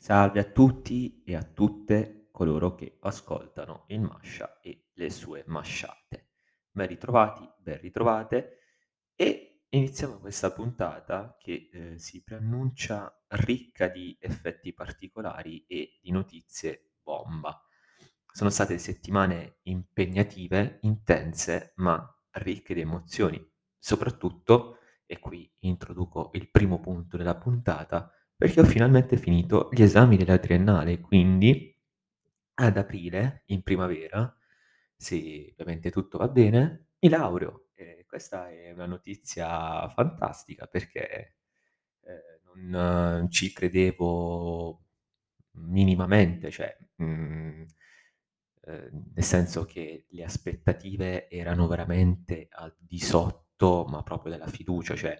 Salve a tutti e a tutte coloro che ascoltano il Masha e le sue masciate. Ben ritrovati, ben ritrovate e iniziamo questa puntata che si preannuncia ricca di effetti particolari e di notizie bomba. Sono state settimane impegnative, intense, ma ricche di emozioni. Soprattutto, e qui introduco il primo punto della puntata, perché ho finalmente finito gli esami della triennale, quindi ad aprile, in primavera, se ovviamente tutto va bene, mi laureo. E questa è una notizia fantastica perché non ci credevo minimamente, cioè, nel senso che le aspettative erano veramente al di sotto, ma proprio della fiducia, cioè,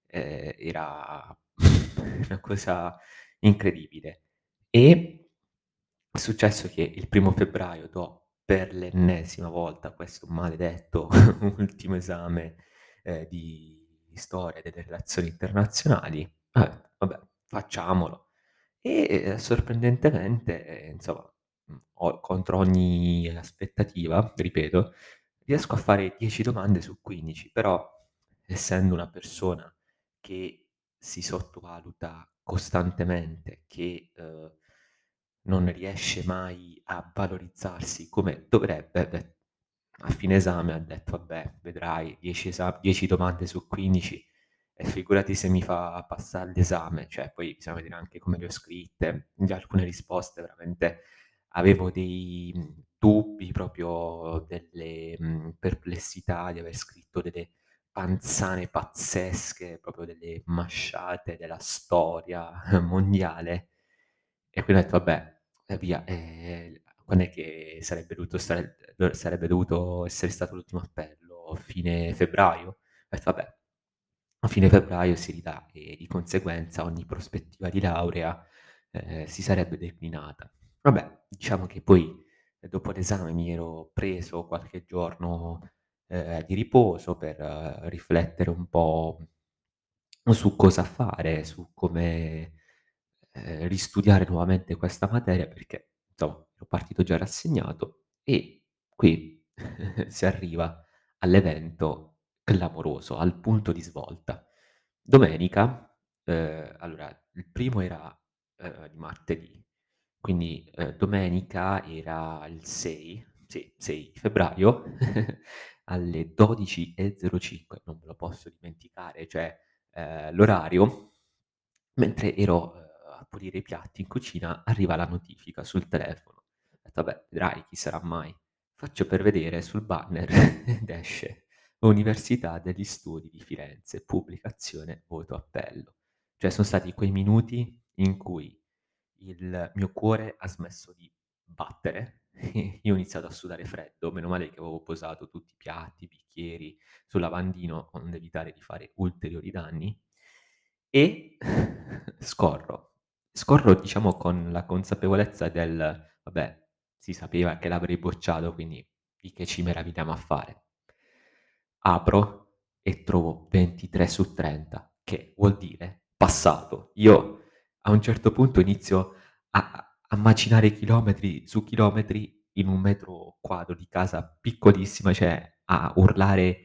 era una cosa incredibile. E è successo che il primo febbraio do per l'ennesima volta questo maledetto ultimo esame, di storia delle relazioni internazionali. Vabbè, facciamolo. E, sorprendentemente, insomma, o contro ogni aspettativa, ripeto, riesco a fare 10 domande su 15, però essendo una persona che si sottovaluta costantemente, che, non riesce mai a valorizzarsi come dovrebbe, beh, a fine esame ha detto: "Vabbè, vedrai 10 domande su 15 e figurati se mi fa passare l'esame." Cioè, poi bisogna vedere anche come le ho scritte. Di alcune risposte veramente avevo dei, dubbi, proprio delle, perplessità di aver scritto delle panzane pazzesche, proprio delle masciate della storia mondiale. E quindi ho detto: "Vabbè, e via, quand'è che sarebbe dovuto essere stato l'ultimo appello? Fine febbraio?" Ho detto: "Vabbè, a fine febbraio si ridà", e di conseguenza ogni prospettiva di laurea, si sarebbe declinata. Vabbè, diciamo che poi, dopo l'esame mi ero preso qualche giorno, di riposo per riflettere un po' su cosa fare, su come, ristudiare nuovamente questa materia perché, insomma, ero partito già rassegnato e qui si arriva all'evento clamoroso, al punto di svolta. Domenica, allora il primo era, di martedì, quindi, domenica era il 6, sì, 6 febbraio alle 12:05, non me lo posso dimenticare, cioè, l'orario, mentre ero, a pulire i piatti in cucina, arriva la notifica sul telefono. Ho detto: "Vabbè, vedrai, chi sarà mai?" Faccio per vedere sul banner ed esce: Università degli Studi di Firenze, pubblicazione voto appello. Cioè son stati quei minuti in cui il mio cuore ha smesso di battere, io ho iniziato a sudare freddo, meno male che avevo posato tutti i piatti, i bicchieri sul lavandino, onde evitare di fare ulteriori danni, e scorro. Scorro diciamo con la consapevolezza del: "Vabbè, si sapeva che l'avrei bocciato, quindi di che ci meravigliamo a fare?" Apro e trovo 23 su 30, che vuol dire passato. Io a un certo punto inizio a macinare chilometri su chilometri in un metro quadro di casa piccolissima, cioè a urlare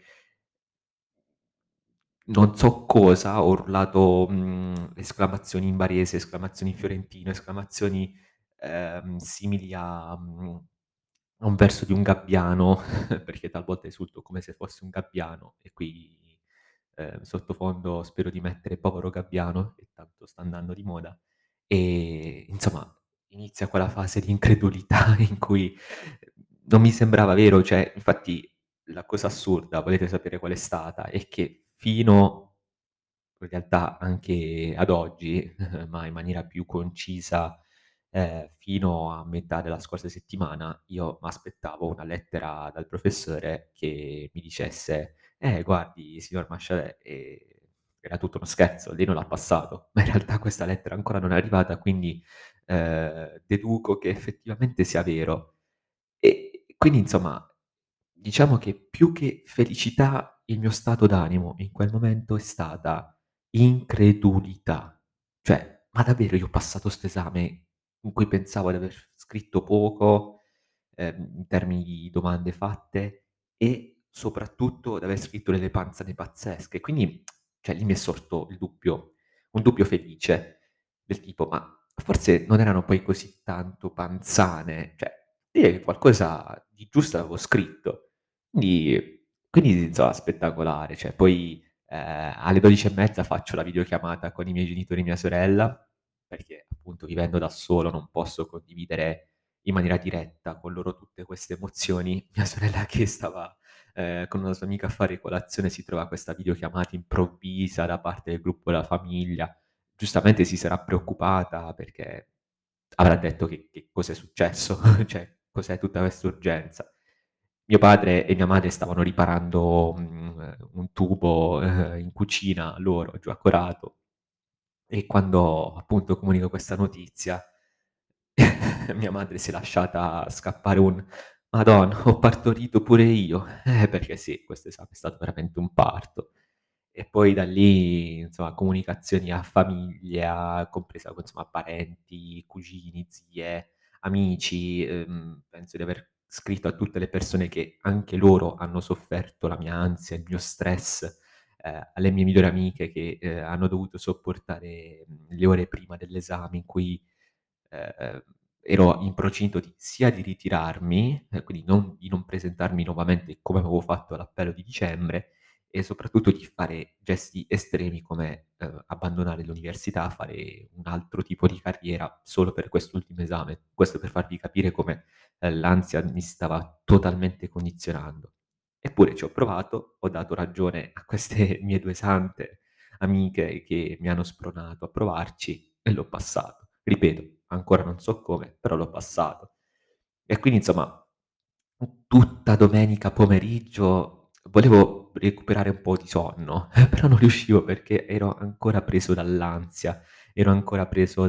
non so cosa, ho urlato, esclamazioni in barese, esclamazioni in fiorentino, esclamazioni, simili a un verso di un gabbiano, perché talvolta esulto come se fossi un gabbiano e qui, sottofondo spero di mettere "Povero gabbiano", che tanto sta andando di moda. Insomma, inizia quella fase di incredulità in cui, non mi sembrava vero, cioè infatti la cosa assurda, volete sapere qual è stata? È che fino in realtà anche ad oggi, ma in maniera più concisa, fino a metà della scorsa settimana, io m'aspettavo una lettera dal professore che mi dicesse: guardi signor Masciarè, era tutto uno scherzo, lei non l'ha passato." Ma in realtà questa lettera ancora non è arrivata, quindi, deduco che effettivamente sia vero. E quindi insomma, diciamo che più che felicità, il mio stato d'animo in quel momento è stata incredulità. Cioè, ma davvero io ho passato 'sto esame in cui pensavo di aver scritto poco, in termini di domande fatte e soprattutto di aver scritto delle panzane pazzesche. Quindi, cioè lì mi è sorto il dubbio un dubbio felice, del tipo: "Ma forse non erano poi così tanto panzane, cioè direi che qualcosa di giusto avevo scritto". Quindi insomma spettacolare, cioè poi, alle 12:30 faccio la videochiamata con i miei genitori e mia sorella, perché appunto vivendo da solo non posso condividere in maniera diretta con loro tutte queste emozioni. Mia sorella che stava, con una sua amica a fare colazione si trova questa videochiamata improvvisa da parte del gruppo della famiglia. Giustamente si sarà preoccupata perché avrà detto: "Che cos'è successo? Cioè, cos'è tutta questa urgenza?" Mio padre e mia madre stavano riparando, un tubo, in cucina loro, giù a Corato, e quando appunto comunico questa notizia, mia madre si è lasciata scappare un: "Madonna, ho partorito pure io." Perché sì, questo esame è stato veramente un parto. E poi da lì, insomma, comunicazioni a famiglia, compresa insomma parenti, cugini, zie, amici, penso di aver scritto a tutte le persone che anche loro hanno sofferto la mia ansia, il mio stress, alle mie migliori amiche che, hanno dovuto sopportare, le ore prima dell'esame in cui, ehm, ero in procinto di ritirarmi, quindi di non presentarmi nuovamente come avevo fatto all'appello di dicembre, e soprattutto di fare gesti estremi come, abbandonare l'università, fare un altro tipo di carriera solo per quest'ultimo esame. Questo per farvi capire come, l'ansia mi stava totalmente condizionando. Eppure ci ho provato, ho dato ragione a queste mie 2 sante amiche che mi hanno spronato a provarci e l'ho passato. Ripeto, ancora non so come, però l'ho passato. E quindi insomma, tutta domenica pomeriggio volevo recuperare un po' di sonno, però non riuscivo perché ero ancora preso dall'ansia, ero ancora preso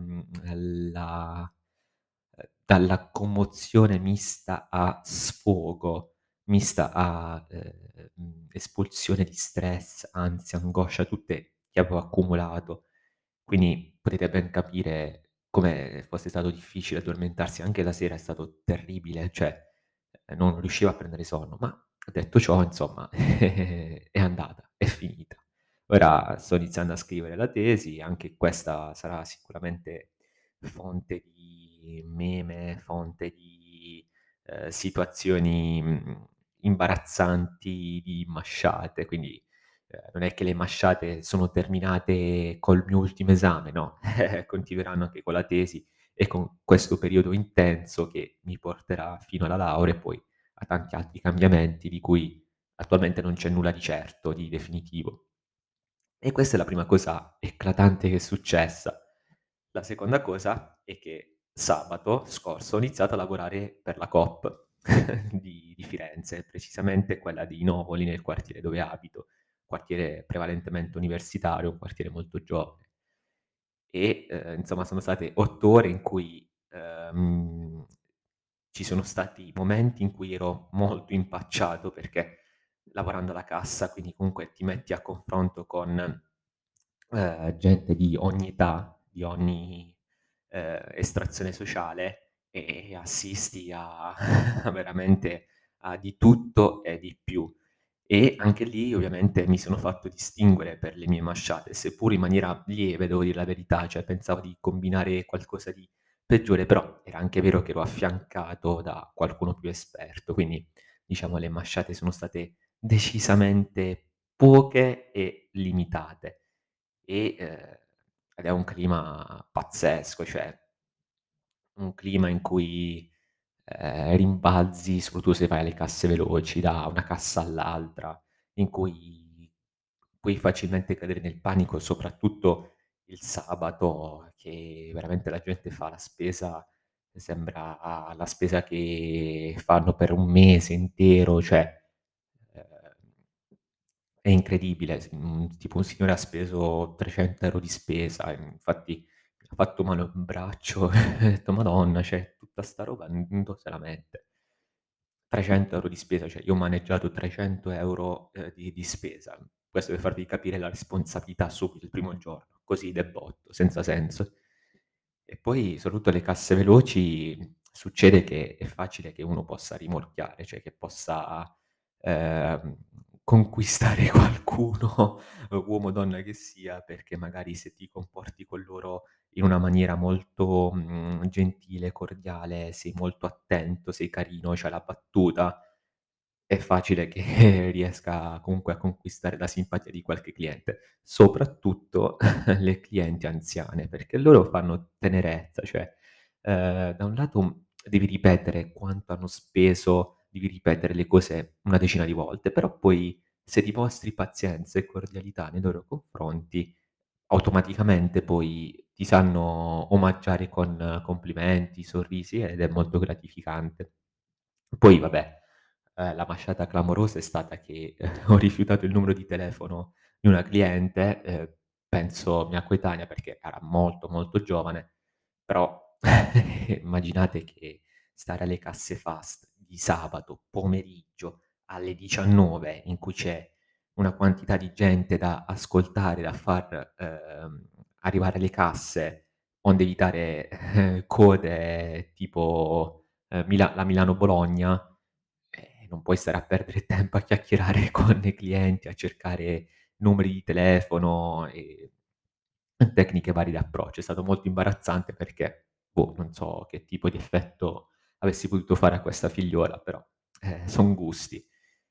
la dalla commozione mista a sfogo, mista a, espulsione di stress, ansia, angoscia, tutte che avevo accumulato. Quindi potete ben capire come fosse stato difficile addormentarsi, anche la sera è stato terribile, cioè, non riuscivo a prendere sonno, ma detto ciò insomma è andata, è finita. Ora sto iniziando a scrivere la tesi, anche questa sarà sicuramente fonte di meme, fonte di, situazioni, imbarazzanti, di masciate, quindi, non è che le masciate sono terminate col mio ultimo esame, no, continueranno anche con la tesi e con questo periodo intenso che mi porterà fino alla laurea e poi a tanti altri cambiamenti di cui attualmente non c'è nulla di certo, di definitivo. E questa è la prima cosa eclatante che è successa. La seconda cosa è che sabato scorso ho iniziato a lavorare per la Coop di Firenze, precisamente quella di Novoli, nel quartiere dove abito, quartiere prevalentemente universitario, un quartiere molto giovane. E, insomma sono state 8 ore in cui, ci sono stati momenti in cui ero molto impacciato perché lavorando alla cassa, quindi comunque ti metti a confronto con, gente di ogni età, di ogni, estrazione sociale e assisti a veramente a di tutto e di più. E anche lì ovviamente mi sono fatto distinguere per le mie masciate, seppur in maniera lieve, devo dir la verità, cioè pensavo di combinare qualcosa di peggiore, però era anche vero che ero affiancato da qualcuno più esperto, quindi diciamo le masciate sono state decisamente poche e limitate. E, ed è un clima pazzesco, cioè un clima in cui, rimbalzi, soprattutto se vai alle casse veloci, da una cassa all'altra, in cui puoi facilmente cadere nel panico, soprattutto il sabato, che veramente la gente fa la spesa sembra la spesa che fanno per un mese intero, cioè, ehm è incredibile, tipo un signore ha speso 300 € di spesa, infatti mi ha fatto male un braccio, ho detto: "Madonna, cioè tutta 'sta roba dove se la mette?" 300 € di spesa, cioè io ho maneggiato 300 € di spesa. Questo per farvi capire la responsabilità subito il primo giorno. così de botto, senza senso. E poi soprattutto le casse veloci succede che è facile che uno possa rimorchiare, cioè che possa, ehm, conquistare qualcuno, uomo o donna che sia, perché magari se ti comporti con loro in una maniera molto, gentile, cordiale, sei molto attento, sei carino, c'hai la battuta, è facile che riesca comunque a conquistare la simpatia di qualche cliente, soprattutto le clienti anziane, perché loro fanno tenerezza, cioè, da un lato devi ripetere quanto hanno speso, devi ripetere le cose una decina di volte, però poi se dimostri pazienza e cordialità nei loro confronti, automaticamente poi ti sanno omaggiare con complimenti, sorrisi ed è molto gratificante. Poi vabbè, la masciata clamorosa è stata che ho rifiutato il numero di telefono di una cliente, penso mia coetanea perché era molto, molto giovane, però immaginate che stare alle casse fast di sabato pomeriggio alle 19 in cui c'è una quantità di gente da ascoltare, da far, arrivare alle casse, onde evitare code tipo, la Milano-Bologna, non puoi stare a perdere tempo a chiacchierare con i clienti, a cercare numeri di telefono e tecniche varie di approccio. È stato molto imbarazzante perché, boh, non so che tipo di effetto avessi potuto fare a questa figliuola, però, son gusti.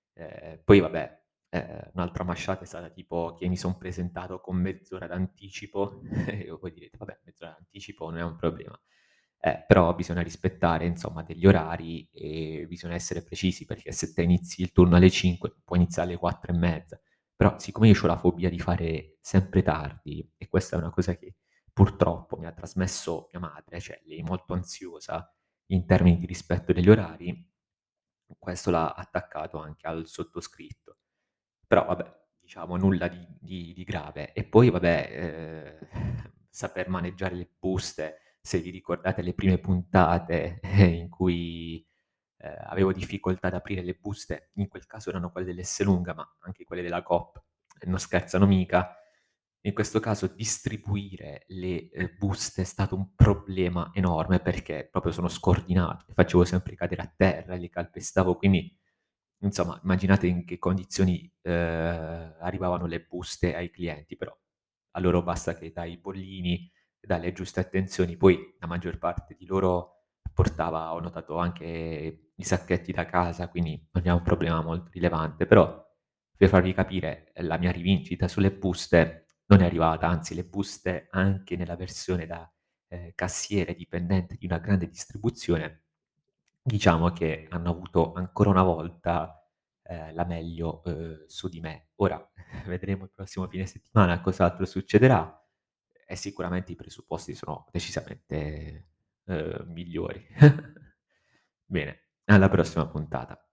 Poi vabbè, un'altra masciata è stata tipo che mi son presentato con mezz'ora d'anticipo e voi direte: "Vabbè, mezz'ora d'anticipo non è un problema". Però bisogna rispettare insomma degli orari e bisogna essere precisi, perché se te inizi il turno alle 5 puoi iniziare alle 4 e mezza. Però siccome io c'ho la fobia di fare sempre tardi, e questa è una cosa che purtroppo mi ha trasmesso mia madre, cioè lei è molto ansiosa in termini di rispetto degli orari, questo l'ha attaccato anche al sottoscritto. Però vabbè, diciamo nulla di grave. E poi vabbè, saper maneggiare le buste, se vi ricordate le prime puntate in cui, avevo difficoltà ad aprire le buste, in quel caso erano quelle dell'Esselunga, ma anche quelle della Coop non scherzano mica. In questo caso distribuire le, buste è stato un problema enorme perché proprio sono scordinato, le facevo sempre cadere a terra, le calpestavo, quindi insomma immaginate in che condizioni, arrivavano le buste ai clienti, però a loro basta che dai i bollini, dai le giuste attenzioni, poi la maggior parte di loro portava, ho notato, anche i sacchetti da casa, quindi non è un problema molto rilevante, però per farvi capire, la mia rivincita sulle buste non è arrivata, anzi le buste anche nella versione da, cassiere dipendente di una grande distribuzione, diciamo che hanno avuto ancora una volta, la meglio, su di me. Ora vedremo il prossimo fine settimana cos'altro succederà e sicuramente i presupposti sono decisamente, migliori. Bene, alla prossima puntata.